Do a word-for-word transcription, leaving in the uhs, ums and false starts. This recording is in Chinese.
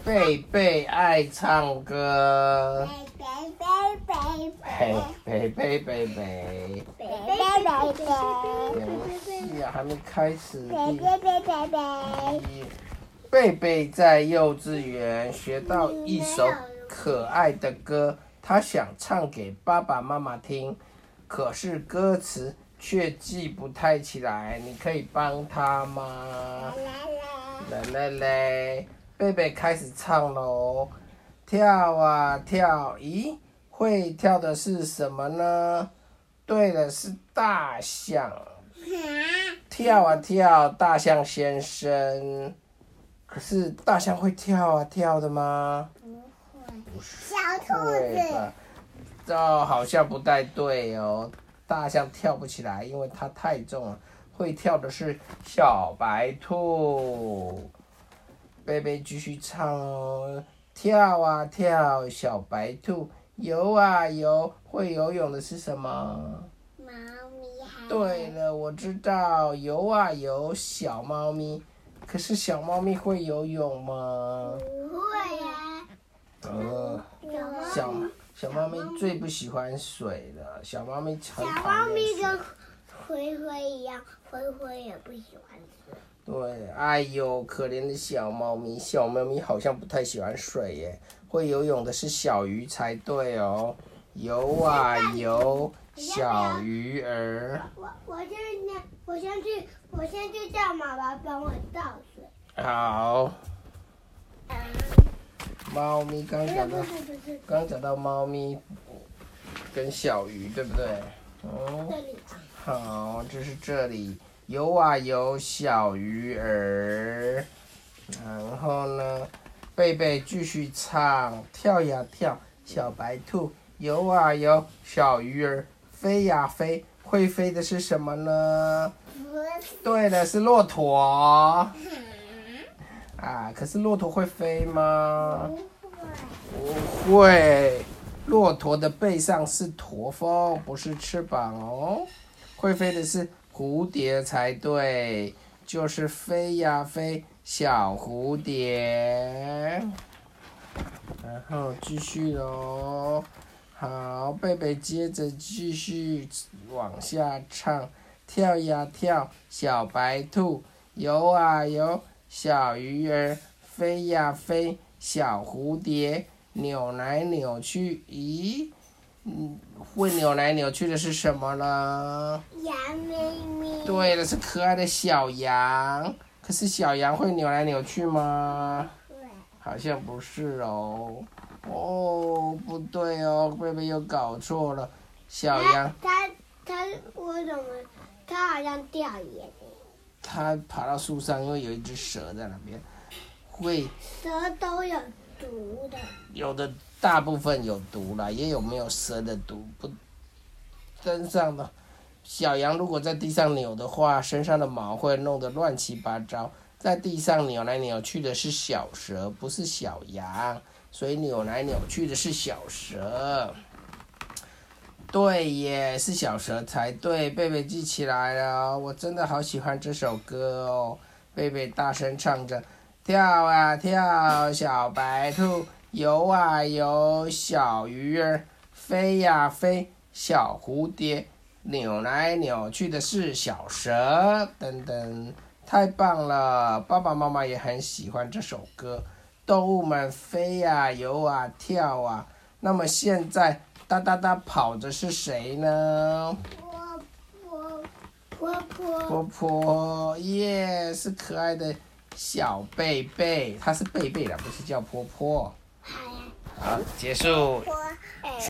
贝贝爱唱歌。 贝贝贝嘿， 贝贝贝贝贝。 贝贝贝贝游戏啊，还没开始。 贝贝贝贝贝。 贝贝在幼稚园学到一首可爱的歌，他想唱给爸爸妈妈听，可是歌词却记不太起来。你可以帮他吗？来来来，贝贝开始唱喽！跳啊跳，咦，会跳的是什么呢？对了，是大象。跳啊跳，大象先生。可是大象会跳啊跳的吗？ 不会。小兔子。 这好像不太对哦。大象跳不起来，因为它太重了。会跳的是小白兔。贝贝继续唱哦，跳啊跳，小白兔游啊游。会游泳的是什么？ 猫咪还。 对了，我知道，游啊游，小猫咪。可是小猫咪会游泳吗？ 不会呀。 嗯，小小猫咪最不喜欢水了。小猫咪很小猫讨厌水。 咪跟灰灰一样，灰灰也不喜欢水。 对，哎呦，可怜的小猫咪，小猫咪好像不太喜欢水耶。会游泳的是小鱼才对哦，游啊游，小鱼儿。 我我先那，我先去，我先去叫妈妈帮我倒水。 好。猫咪刚讲到，刚讲到猫咪跟小鱼，对不对？哦。 这里。 好，这是这里。游啊游，小鱼儿。然后呢，贝贝继续唱，跳呀跳，小白兔游啊游，小鱼儿飞呀飞。会飞的是什么呢？对了，是骆驼。啊，可是骆驼会飞吗？不会。骆驼的背上是驼峰，不是翅膀哦。会飞的是蝴蝶才对，就是飞呀飞，小蝴蝶。然后继续喽。好，贝贝接着继续往下唱，跳呀跳，小白兔游啊游，小鱼儿飞呀飞，小蝴蝶扭来扭去。咦，嗯，会扭来扭去的是什么呢？ 羊咪咪。 对了，是可爱的小羊。可是小羊会扭来扭去吗？ 对。 好像不是哦。哦，不对哦，贝贝又搞错了。小羊， 它它为什么？它好像掉眼泪。 它爬到树上，因为有一只蛇在那边。会。 蛇都有毒的。 有的大部分有毒啦，也有没有蛇的毒。不，身上的小羊如果在地上扭的话，身上的毛会弄得乱七八糟。在地上扭来扭去的是小蛇，不是小羊。所以扭来扭去的是小蛇。对耶，是小蛇才对。贝贝记起来了，我真的好喜欢这首歌哦。贝贝大声唱着，跳啊跳，小白兔游啊游，小鱼儿飞呀飞，小蝴蝶扭来扭去的是小蛇。等等，太棒了！爸爸妈妈也很喜欢这首歌。动物们飞呀、啊、游啊跳啊，那么现在哒哒哒跑的是谁呢？ 波波波波波波耶，是可爱的小贝贝，它是贝贝啦，不是叫波波。 好呀。 好，结束。 波